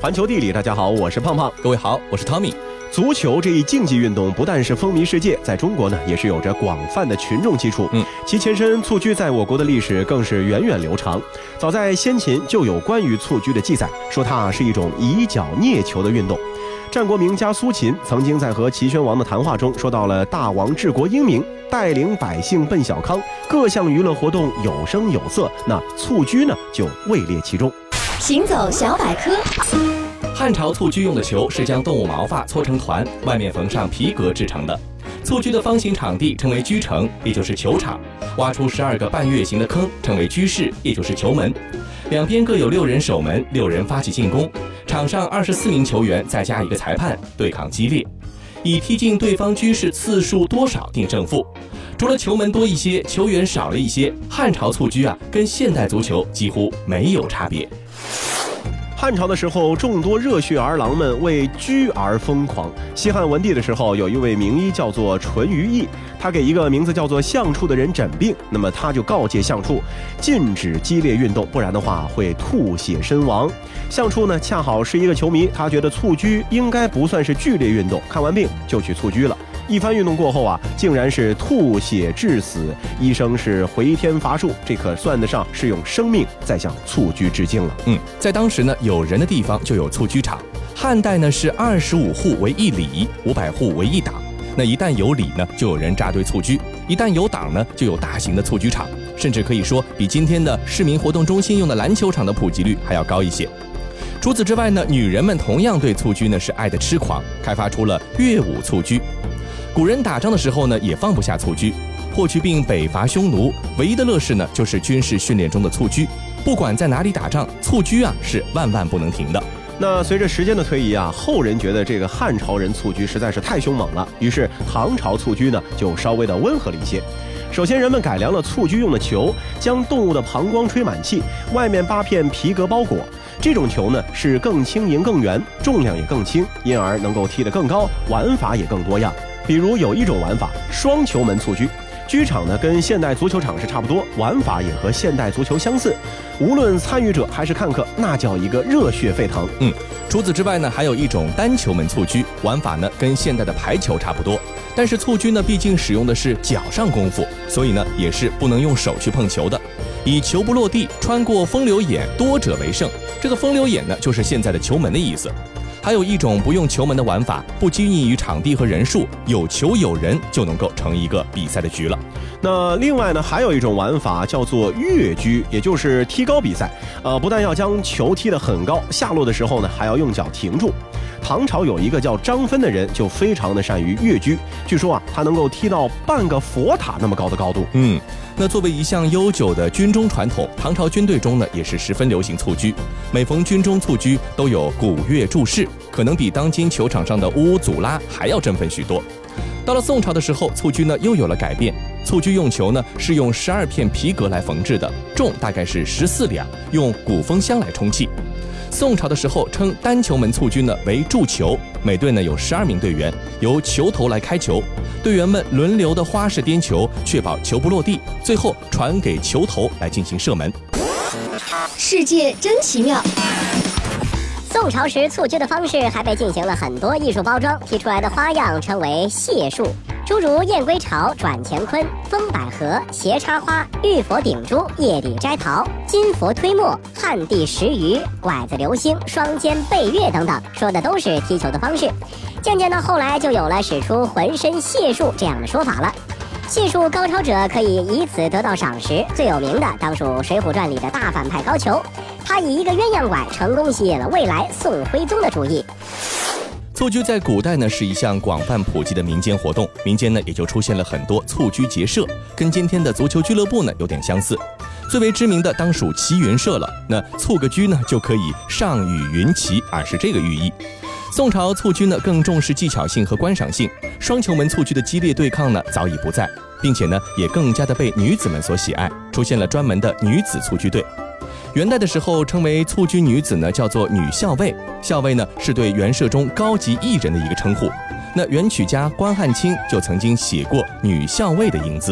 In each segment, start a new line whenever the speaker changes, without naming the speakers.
环球地理，大家好，我是胖胖。
各位好，我是 Tommy。
足球这一竞技运动不但是风靡世界，在中国呢也是有着广泛的群众基础。其前身蹴鞠在我国的历史更是源远流长。早在先秦就有关于蹴鞠的记载，说它是一种以脚蹑球的运动。战国名家苏秦曾经在和齐宣王的谈话中说到了大王治国英明，带领百姓奔小康，各项娱乐活动有声有色，那蹴鞠呢就位列其中。
行走小百科。
汉朝蹴鞠用的球是将动物毛发搓成团，外面缝上皮革制成的。蹴鞠的方形场地称为鞠城，也就是球场，挖出12个半月形的坑称为鞠室，也就是球门。两边各有6人守门，6人发起进攻，场上24名球员再加一个裁判，对抗激烈，以踢进对方居室次数多少定胜负。除了球门多一些，球员少了一些，汉朝蹴鞠跟现代足球几乎没有差别。
汉朝的时候，众多热血儿郎们为鞠而疯狂。西汉文帝的时候，有一位名医叫做淳于意，他给一个名字叫做相处的人诊病，那么他就告诫相处禁止激烈运动，不然的话会吐血身亡。相处呢恰好是一个球迷，他觉得蹴鞠应该不算是剧烈运动，看完病就去蹴鞠了。一番运动过后竟然是吐血致死，医生是回天乏术，这可算得上是用生命在向蹴鞠致敬了。
在当时呢，有人的地方就有蹴鞠场。汉代呢是25户为一里，500户为一党。那一旦有里呢，就有人扎堆蹴鞠；一旦有党呢，就有大型的蹴鞠场，甚至可以说比今天的市民活动中心用的篮球场的普及率还要高一些。除此之外呢，女人们同样对蹴鞠呢是爱得痴狂，开发出了乐舞蹴鞠。古人打仗的时候呢，也放不下蹴鞠，霍去病北伐匈奴，唯一的乐事呢，就是军事训练中的蹴鞠。不管在哪里打仗，蹴鞠是万万不能停的。
那随着时间的推移后人觉得这个汉朝人蹴鞠实在是太凶猛了，于是唐朝蹴鞠呢就稍微的温和了一些。首先，人们改良了蹴鞠用的球，将动物的膀胱吹满气，外面8片皮革包裹。这种球呢是更轻盈更圆，重量也更轻，因而能够踢得更高，玩法也更多样。比如有一种玩法，双球门蹴鞠。鞠场呢跟现代足球场是差不多，玩法也和现代足球相似。无论参与者还是看客，那叫一个热血沸腾。
除此之外呢，还有一种单球门蹴鞠，玩法呢跟现代的排球差不多。但是蹴鞠呢毕竟使用的是脚上功夫，所以呢也是不能用手去碰球的。以球不落地，穿过风流眼，多者为胜。这个风流眼呢就是现在的球门的意思。还有一种不用球门的玩法，不拘泥于场地和人数，有球有人就能够成一个比赛的局了。
那另外呢，还有一种玩法叫做跃鞠，也就是踢高比赛。不但要将球踢得很高，下落的时候呢，还要用脚停住。唐朝有一个叫张芬的人，就非常的善于跃鞠，据说他能够踢到半个佛塔那么高的高度。
那作为一项悠久的军中传统，唐朝军队中呢也是十分流行蹴鞠。每逢军中蹴鞠，都有鼓乐助势，可能比当今球场上的呜呜祖拉还要振奋许多。到了宋朝的时候，蹴鞠呢又有了改变。蹴鞠用球呢是用12片皮革来缝制的，重大概是14两，用鼓风箱来充气。宋朝的时候称单球门蹴鞠呢为助球，每队呢有12名队员，由球头来开球，队员们轮流的花式颠球，确保球不落地，最后传给球头来进行射门。
世界真奇妙。
宋朝时蹴鞠的方式还被进行了很多艺术包装，提出来的花样称为解数，诸如燕归巢、转乾坤、风百合、斜插花、玉佛顶珠、叶底摘桃、金佛推磨、旱地食鱼、拐子流星、双肩背月等等，说的都是踢球的方式。渐渐到后来就有了使出浑身解数这样的说法了。解数高超者可以以此得到赏识，最有名的当属《水浒传》里的大反派高俅，他以一个鸳鸯拐成功吸引了未来宋徽宗的注意。
蹴鞠在古代呢是一项广泛普及的民间活动，民间呢也就出现了很多蹴鞠结社，跟今天的足球俱乐部呢有点相似。最为知名的当属齐云社了，那蹴个鞠呢就可以上与云齐，是这个寓意。宋朝蹴鞠呢更重视技巧性和观赏性，双球门蹴鞠的激烈对抗呢早已不在，并且呢也更加的被女子们所喜爱，出现了专门的女子蹴鞠队。元代的时候称为蹴鞠女子呢叫做女校尉，校尉呢是对元社中高级艺人的一个称呼。那元曲家关汉卿就曾经写过女校尉的英姿。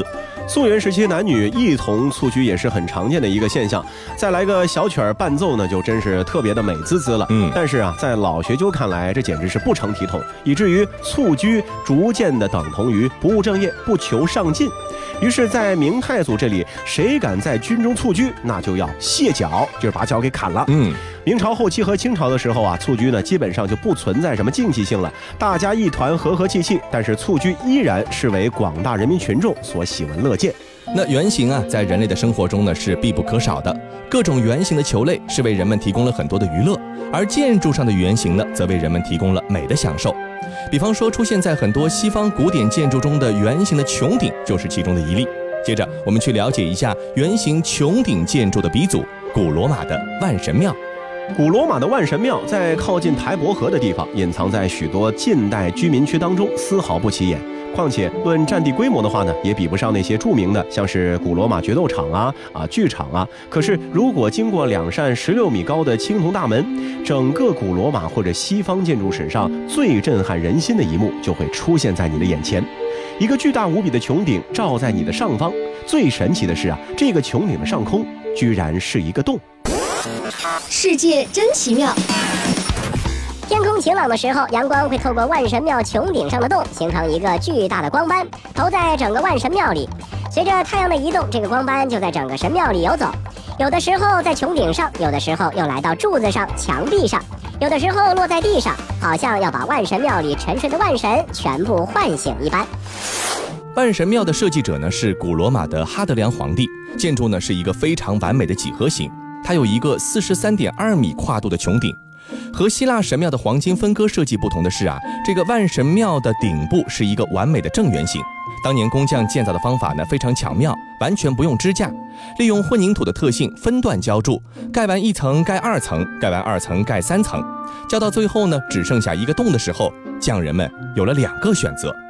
宋元时期男女一同蹴鞠也是很常见的一个现象，再来个小曲儿伴奏呢，就真是特别的美滋滋了。但是啊，在老学究看来，这简直是不成体统，以至于蹴鞠逐渐的等同于不务正业、不求上进。于是，在明太祖这里，谁敢在军中蹴鞠，那就要卸脚，就是把脚给砍了。明朝后期和清朝的时候啊，蹴鞠呢基本上就不存在什么竞技性了，大家一团和和气气，但是蹴鞠依然视为广大人民群众所喜闻乐见。
那圆形啊，在人类的生活中呢是必不可少的，各种圆形的球类是为人们提供了很多的娱乐，而建筑上的圆形呢，则为人们提供了美的享受。比方说，出现在很多西方古典建筑中的圆形的穹顶就是其中的一例。接着，我们去了解一下圆形穹顶建筑的鼻祖——古罗马的万神庙。
古罗马的万神庙在靠近台伯河的地方，隐藏在许多近代居民区当中，丝毫不起眼。况且论占地规模的话呢，也比不上那些著名的，像是古罗马决斗场剧场啊。可是如果经过2扇16米高的青铜大门，整个古罗马或者西方建筑史上最震撼人心的一幕就会出现在你的眼前。一个巨大无比的穹顶罩在你的上方，最神奇的是啊，这个穹顶的上空居然是一个洞。
世界真奇妙。
天空晴朗的时候，阳光会透过万神庙穹顶上的洞，形成一个巨大的光斑，投在整个万神庙里。随着太阳的移动，这个光斑就在整个神庙里游走，有的时候在穹顶上，有的时候又来到柱子上、墙壁上，有的时候落在地上，好像要把万神庙里沉睡的万神全部唤醒一般。
万神庙的设计者呢是古罗马的哈德良皇帝，建筑呢是一个非常完美的几何形，它有一个43.2米跨度的穹顶。和希腊神庙的黄金分割设计不同的是啊，这个万神庙的顶部是一个完美的正圆形。当年工匠建造的方法呢非常巧妙，完全不用支架，利用混凝土的特性分段浇筑，盖完1层盖2层，盖完2层盖3层，浇到最后呢只剩下一个洞的时候，匠人们有了2个选择。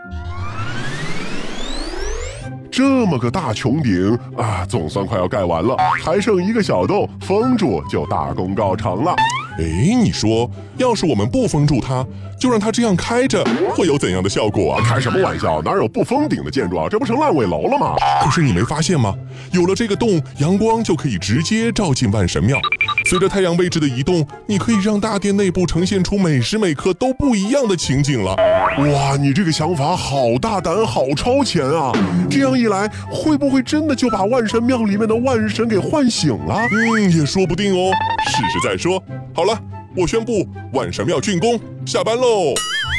这么个大穹顶啊，总算快要盖完了，还剩一个小洞，封住就大功告成了。
你说要是我们不封住它，就让它这样开着，会有怎样的效果啊？
开什么玩笑，哪有不封顶的建筑啊？这不成烂尾楼了吗？
可是你没发现吗？有了这个洞，阳光就可以直接照进万神庙。随着太阳位置的移动，你可以让大殿内部呈现出每时每刻都不一样的情景了。
哇，你这个想法好大胆，好超前啊！这样一来，会不会真的就把万神庙里面的万神给唤醒了？
也说不定哦。试试再说。好了，我宣布万神庙竣工，下班喽。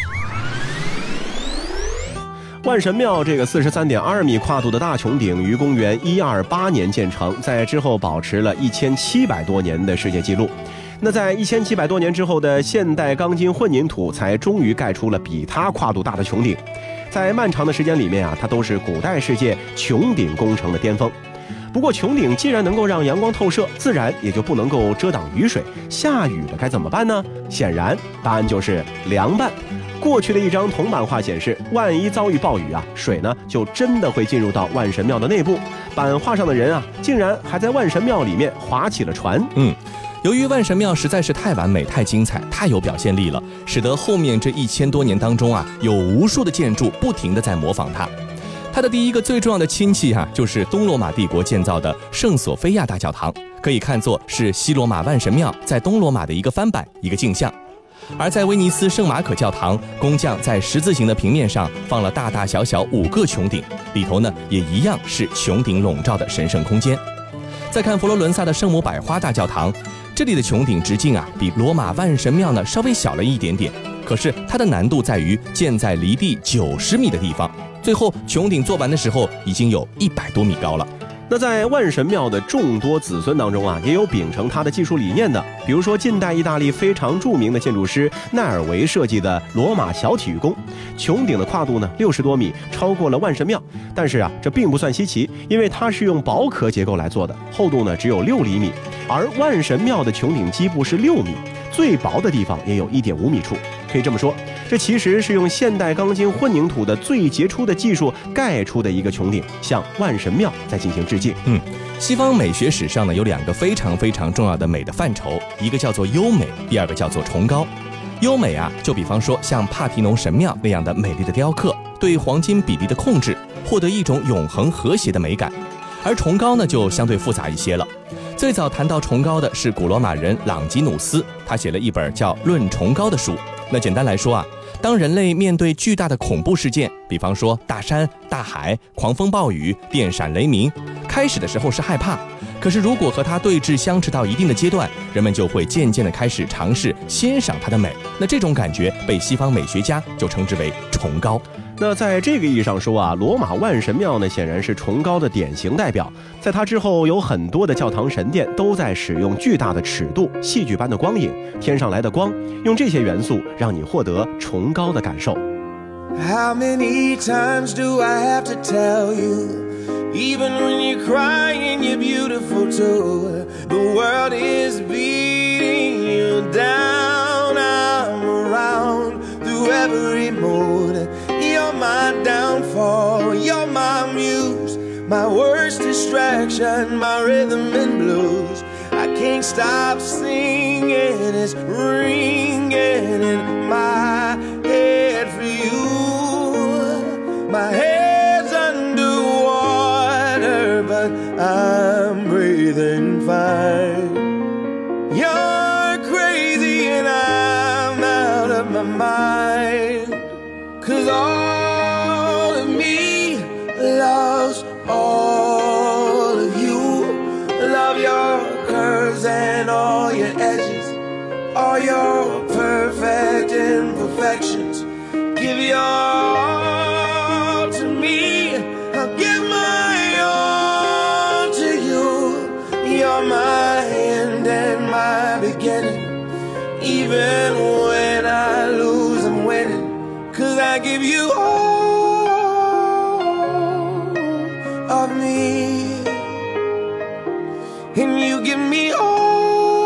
万神庙这个43.2米跨度的大穹顶于公元128年建成，在之后保持了1700多年的世界纪录。那在1700多年之后的现代钢筋混凝土才终于盖出了比它跨度大的穹顶。在漫长的时间里面啊，它都是古代世界穹顶工程的巅峰。不过穹顶既然能够让阳光透射，自然也就不能够遮挡雨水。下雨了该怎么办呢？显然答案就是凉拌。过去的一张铜版画显示，万一遭遇暴雨啊，水呢就真的会进入到万神庙的内部。版画上的人啊，竟然还在万神庙里面划起了船。
由于万神庙实在是太完美、太精彩、太有表现力了，使得后面这1000多年当中啊，有无数的建筑不停地在模仿它。它的第一个最重要的亲戚就是东罗马帝国建造的圣索菲亚大教堂，可以看作是西罗马万神庙在东罗马的一个翻版、一个镜像。而在威尼斯圣马可教堂，工匠在十字形的平面上放了大大小小5个穹顶，里头呢也一样是穹顶笼罩的神圣空间。再看佛罗伦萨的圣母百花大教堂，这里的穹顶直径比罗马万神庙呢稍微小了一点点，可是它的难度在于建在离地90米的地方，最后穹顶做完的时候已经有100多米高了。
那在万神庙的众多子孙当中也有秉承他的技术理念的，比如说近代意大利非常著名的建筑师奈尔维设计的罗马小体育宫，穹顶的跨度呢60多米，超过了万神庙。但是这并不算稀奇，因为它是用薄壳结构来做的，厚度呢只有6厘米，而万神庙的穹顶基部是6米，最薄的地方也有1.5米处。可以这么说，这其实是用现代钢筋混凝土的最杰出的技术盖出的一个穹顶，向万神庙在进行致敬。
西方美学史上呢有2个非常非常重要的美的范畴，一个叫做优美，第二个叫做崇高。优美就比方说像帕提农神庙那样的美丽的雕刻，对黄金比例的控制， 获得一种永恒和谐的美感。而崇高呢，就相对复杂一些了。最早谈到崇高的是古罗马人朗吉努斯，他写了一本叫《论崇高》的书。那简单来说啊，当人类面对巨大的恐怖事件，比方说大山、大海、狂风暴雨、电闪雷鸣，开始的时候是害怕，可是如果和它对峙相持到一定的阶段，人们就会渐渐地开始尝试欣赏它的美。那这种感觉被西方美学家就称之为崇高。
那在这个意义上说啊，罗马万神庙呢显然是崇高的典型代表。在它之后，有很多的教堂神殿都在使用巨大的尺度、戏剧般的光影、天上来的光，用这些元素让你获得崇高的感受。
How many times do I have to tell you? Even when you're crying, you're beautiful too. The world is beating you down. I'm around through every mood. You're my downfall, you're my muse, my worst distraction, my rhythm and blues. I can't stop singing, it's ringing in my head for you. My head's underwater, but I'm breathing fine. You're crazy and I'm out of my mind. 'Cause all of me loves all of you. Love your curves and all your edges, all your perfect imperfections. Give your all to me, I'll give my all to you. You're my end and my beginning. Even when I lose, I'm winning. 'Cause I give you all of me, and you give me all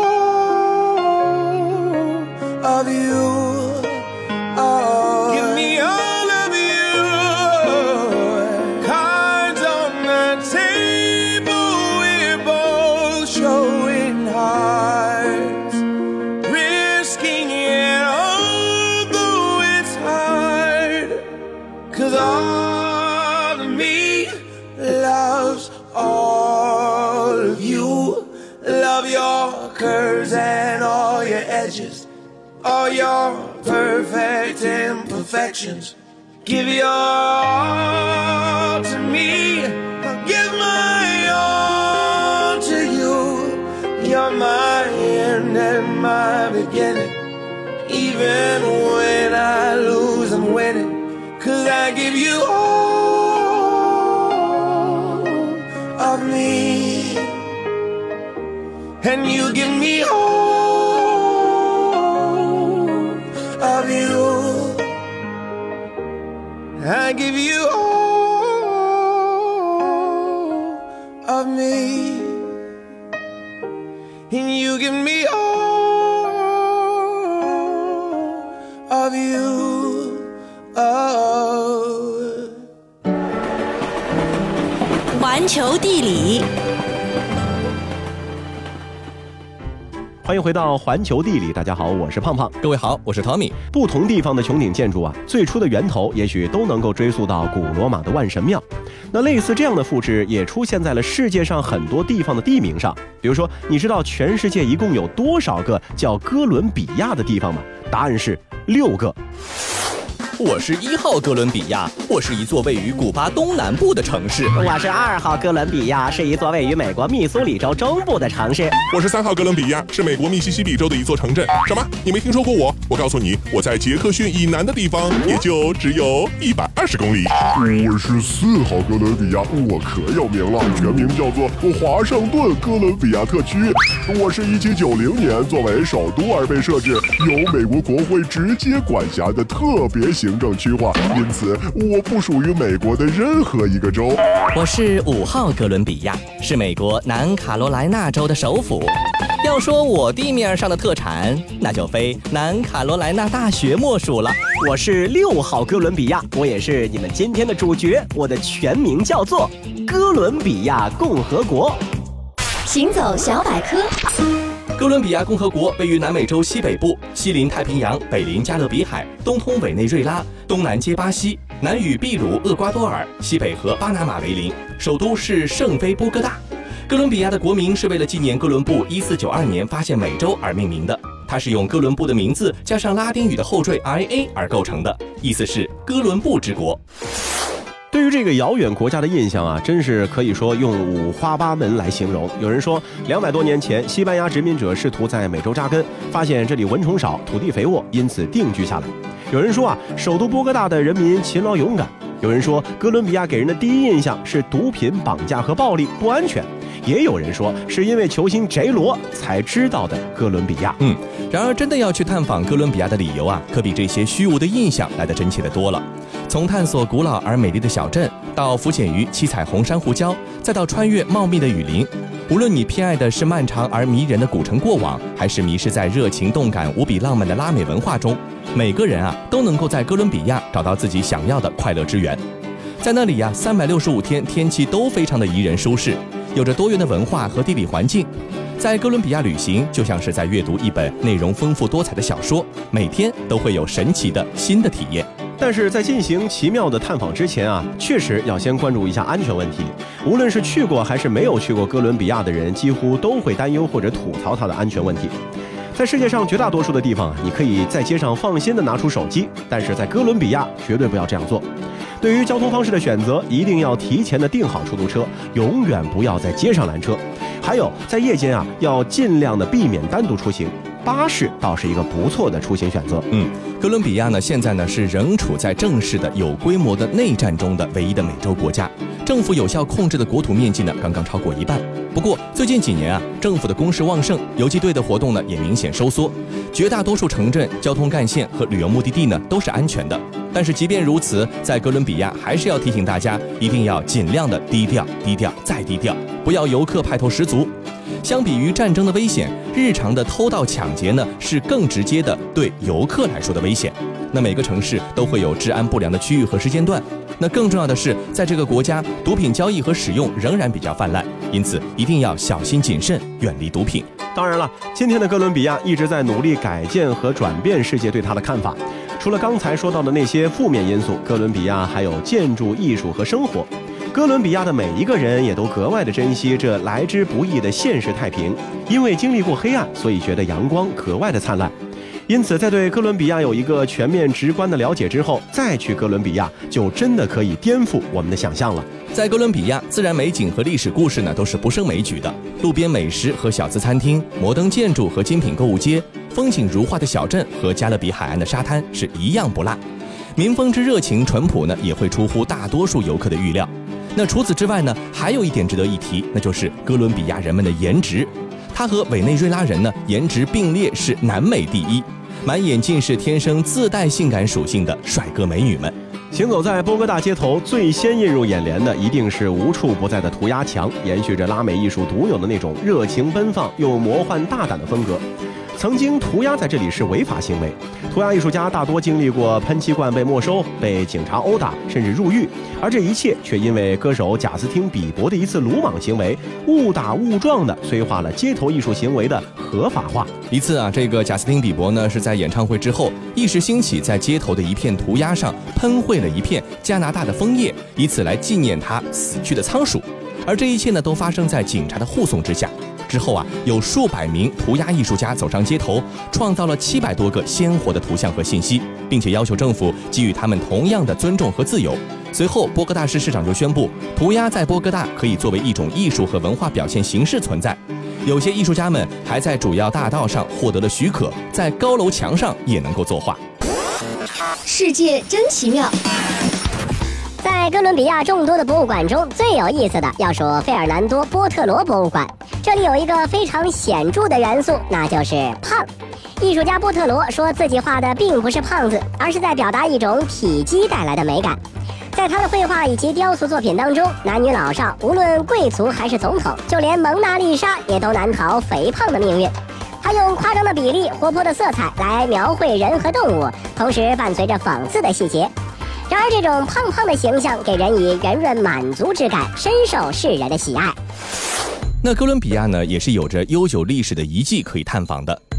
of you. Oh, give me all of you. Cards on the table, we're both showing hearts, risking it although it's hard. 'Cause all of me loves all of you. Love your curves and all your edges, all your perfect imperfections. Give your all to me, I'll give my all to you. You're my end and my beginning. Even when I lose, I'm winning. 'Cause I give you all of me, and you give me all of you. I give you all of me, and you give me all of you. Oh.
环球地理。
欢迎回到环球地理，大家好，我是胖胖。
各位好，我是 Tommy。
不同地方的穹顶建筑啊，最初的源头也许都能够追溯到古罗马的万神庙。那类似这样的复制也出现在了世界上很多地方的地名上。比如说，你知道全世界一共有多少个叫哥伦比亚的地方吗？答案是6个。
我是1号哥伦比亚，我是一座位于古巴东南部的城市。
我是2号哥伦比亚，是一座位于美国密苏里州中部的城市。
我是3号哥伦比亚，是美国密西西比州的一座城镇。什么？你没听说过我？我告诉你，我在杰克逊以南的地方，也就只有120公里。
我是4号哥伦比亚，我可有名了，全名叫做华盛顿哥伦比亚特区。我是1790年作为首都而被设置，由美国国会直接管辖的特别行政区划，因此我不属于美国的任何一个州。
我是5号哥伦比亚，是美国南卡罗来纳州的首府。要说我地面上的特产，那就非南卡罗来纳大学莫属了。
我是6号哥伦比亚，我也是你们今天的主角，我的全名叫做哥伦比亚共和国。
行走小百科。
哥伦比亚共和国位于南美洲西北部，西临太平洋，北临加勒比海，东通委内瑞拉，东南接巴西。 南与秘鲁、厄瓜多尔，西北和巴拿马为邻，首都是圣菲波哥大。哥伦比亚的国名是为了纪念哥伦布1492年发现美洲而命名的，它是用哥伦布的名字加上拉丁语的后缀 IA 而构成的，意思是哥伦布之国。
对于这个遥远国家的印象啊，真是可以说用五花八门来形容。有人说200多年前，西班牙殖民者试图在美洲扎根，发现这里蚊虫少，土地肥沃，因此定居下来。有人说啊，首都波哥大的人民勤劳勇敢。有人说哥伦比亚给人的第一印象是毒品、绑架和暴力，不安全。也有人说是因为球星 J 罗才知道的哥伦比亚。
然而真的要去探访哥伦比亚的理由啊，可比这些虚无的印象来得真切得多了。从探索古老而美丽的小镇，到浮潜于七彩虹珊瑚礁，再到穿越茂密的雨林，无论你偏爱的是漫长而迷人的古城过往，还是迷失在热情动感无比浪漫的拉美文化中，每个人啊都能够在哥伦比亚找到自己想要的快乐之源。在那里呀，365天天气都非常的宜人舒适，有着多元的文化和地理环境。在哥伦比亚旅行就像是在阅读一本内容丰富多彩的小说，每天都会有神奇的新的体验。
但是在进行奇妙的探访之前啊，确实要先关注一下安全问题。无论是去过还是没有去过哥伦比亚的人，几乎都会担忧或者吐槽它的安全问题。在世界上绝大多数的地方，你可以在街上放心的拿出手机，但是在哥伦比亚绝对不要这样做。对于交通方式的选择，一定要提前的订好出租车，永远不要在街上拦车。还有在夜间啊，要尽量的避免单独出行。巴士倒是一个不错的出行选择。
哥伦比亚呢，现在呢是仍处在正式的有规模的内战中的唯一的美洲国家，政府有效控制的国土面积呢刚刚超过一半。不过最近几年啊，政府的攻势旺盛，游击队的活动呢也明显收缩，绝大多数城镇、交通干线和旅游目的地呢都是安全的。但是即便如此，在哥伦比亚还是要提醒大家，一定要尽量的低调、低调再低调，不要游客派头十足。相比于战争的危险，日常的偷盗抢劫呢是更直接的对游客来说的危险。那每个城市都会有治安不良的区域和时间段。那更重要的是，在这个国家，毒品交易和使用仍然比较泛滥，因此一定要小心谨慎，远离毒品。
当然了，今天的哥伦比亚一直在努力改建和转变世界对它的看法。除了刚才说到的那些负面因素，哥伦比亚还有建筑艺术和生活。哥伦比亚的每一个人也都格外的珍惜这来之不易的现实太平，因为经历过黑暗，所以觉得阳光格外的灿烂。因此在对哥伦比亚有一个全面直观的了解之后，再去哥伦比亚就真的可以颠覆我们的想象了。
在哥伦比亚，自然美景和历史故事呢都是不胜枚举的，路边美食和小资餐厅，摩登建筑和精品购物街，风景如画的小镇和加勒比海岸的沙滩是一样不落。民风之热情淳朴呢，也会出乎大多数游客的预料。那除此之外呢，还有一点值得一提，那就是哥伦比亚人们的颜值。他和委内瑞拉人呢，颜值并列是南美第一，满眼尽是天生自带性感属性的帅哥美女们。
行走在波哥大街头，最先映入眼帘的一定是无处不在的涂鸦墙，延续着拉美艺术独有的那种热情奔放又魔幻大胆的风格。曾经涂鸦在这里是违法行为，涂鸦艺术家大多经历过喷漆罐被没收、被警察殴打，甚至入狱，而这一切却因为歌手贾斯汀·比伯的一次鲁莽行为，误打误撞的催化了街头艺术行为的合法化。
一次啊，这个贾斯汀·比伯呢是在演唱会之后一时兴起，在街头的一片涂鸦上喷绘了一片加拿大的枫叶，以此来纪念他死去的仓鼠。而这一切呢，都发生在警察的护送之下。之后啊，有数百名涂鸦艺术家走上街头，创造了700多个鲜活的图像和信息，并且要求政府给予他们同样的尊重和自由。随后，波哥大市市长就宣布，涂鸦在波哥大可以作为一种艺术和文化表现形式存在。有些艺术家们还在主要大道上获得了许可，在高楼墙上也能够作画。
世界真奇妙。
在哥伦比亚众多的博物馆中，最有意思的要数费尔南多·波特罗博物馆。这里有一个非常显著的元素，那就是胖。艺术家波特罗说自己画的并不是胖子，而是在表达一种体积带来的美感。在他的绘画以及雕塑作品当中，男女老少，无论贵族还是总统，就连蒙娜丽莎也都难逃肥胖的命运。他用夸张的比例、活泼的色彩来描绘人和动物，同时伴随着讽刺的细节。然而这种胖胖的形象给人以圆润满足之感，深受世人的喜爱。
那哥伦比亚呢，也是有着悠久历史的遗迹可以探访的。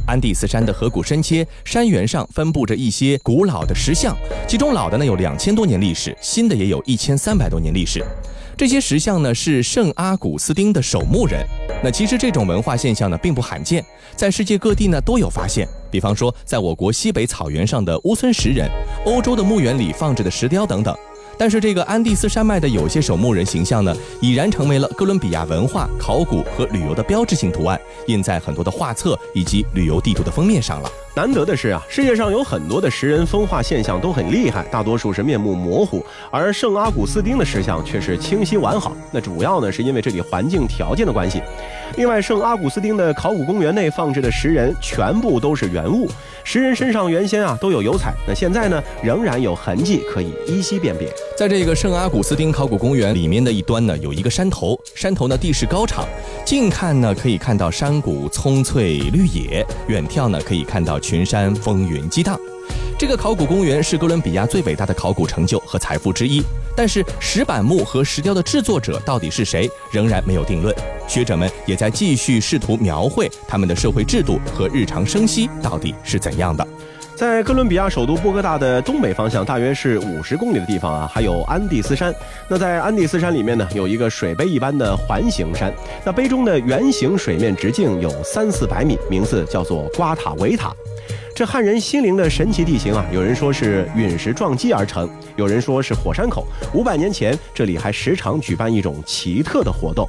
安第斯山的河谷深切，山原上分布着一些古老的石像，其中老的呢有2000多年历史，新的也有1300多年历史。这些石像呢是圣阿古斯丁的守墓人。那其实这种文化现象呢并不罕见，在世界各地呢都有发现。比方说，在我国西北草原上的乌孙石人，欧洲的墓园里放置的石雕等等。但是这个安第斯山脉的有些守墓人形象呢，已然成为了哥伦比亚文化、考古和旅游的标志性图案，印在很多的画册以及旅游地图的封面上了。
难得的是啊，世界上有很多的石人风化现象都很厉害，大多数是面目模糊，而圣阿古斯丁的石像却是清晰完好。那主要呢是因为这里环境条件的关系。另外，圣阿古斯丁的考古公园内放置的石人全部都是原物，石人身上原先啊都有油彩，那现在呢仍然有痕迹可以依稀辨别。
在这个圣阿古斯丁考古公园里面的一端呢有一个山头，山头呢地势高敞，近看呢可以看到山谷葱翠绿野，远眺呢可以看到群山风云激荡。这个考古公园是哥伦比亚最伟大的考古成就和财富之一，但是石板木和石雕的制作者到底是谁，仍然没有定论。学者们也在继续试图描绘他们的社会制度和日常生息到底是怎样的。
在哥伦比亚首都波哥大的东北方向，大约是50公里的地方啊，还有安第斯山。那在安第斯山里面呢，有一个水杯一般的环形山，那杯中的圆形水面直径有300-400米，名字叫做瓜塔维塔。这撼人心灵的神奇地形啊，有人说是陨石撞击而成，有人说是火山口。500年前，这里还时常举办一种奇特的活动。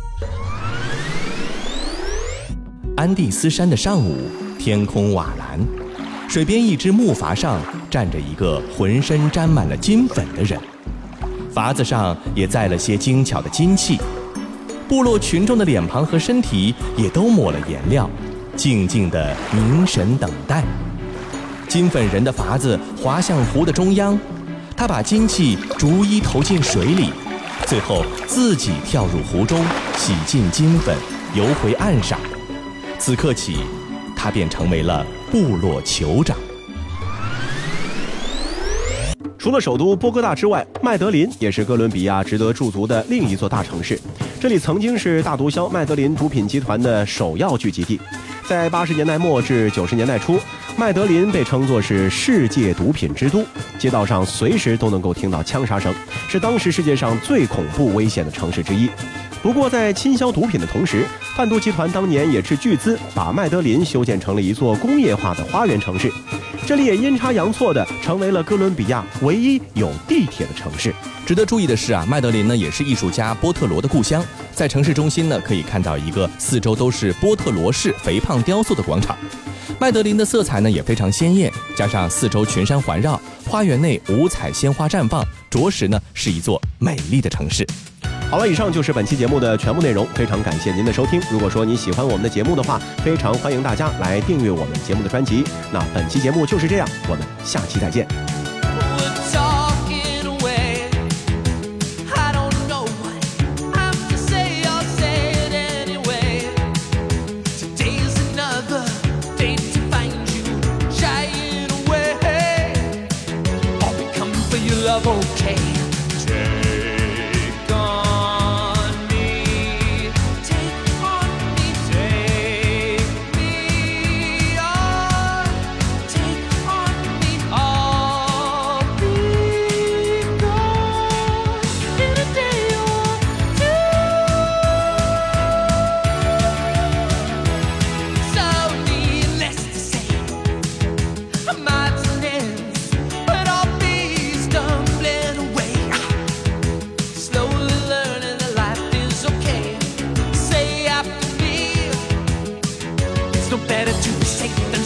安第斯山的上午，天空瓦蓝，水边一只木筏上站着一个浑身沾满了金粉的人，筏子上也载了些精巧的金器。部落群众的脸庞和身体也都抹了颜料，静静地凝神等待。金粉人的筏子滑向湖的中央，他把金器逐一投进水里，最后自己跳入湖中，洗尽金粉，游回岸上。此刻起，他便成为了部落酋长。
除了首都波哥大之外，麦德林也是哥伦比亚值得驻足的另一座大城市。这里曾经是大毒枭麦德林毒品集团的首要聚集地。在80年代末至90年代初，麦德林被称作是世界毒品之都，街道上随时都能够听到枪杀声，是当时世界上最恐怖危险的城市之一。不过在倾销毒品的同时，贩毒集团当年也斥巨资把麦德林修建成了一座工业化的花园城市，这里也阴差阳错的成为了哥伦比亚唯一有地铁的城市。
值得注意的是啊，麦德林呢也是艺术家波特罗的故乡，在城市中心呢可以看到一个四周都是波特罗式肥胖雕塑的广场。麦德林的色彩呢也非常鲜艳，加上四周群山环绕，花园内五彩鲜花绽放，着实呢是一座美丽的城市。
好了，以上就是本期节目的全部内容，非常感谢您的收听。如果说你喜欢我们的节目的话，非常欢迎大家来订阅我们节目的专辑。那本期节目就是这样，我们下期再见。
Okay. Take on me, take on me, take me on, take on me, I'll be gone in a day or two. So needless to say, my sins, but I'll be stumbling away, slowly learning that life is okay. Say after me, it's no better to be safe than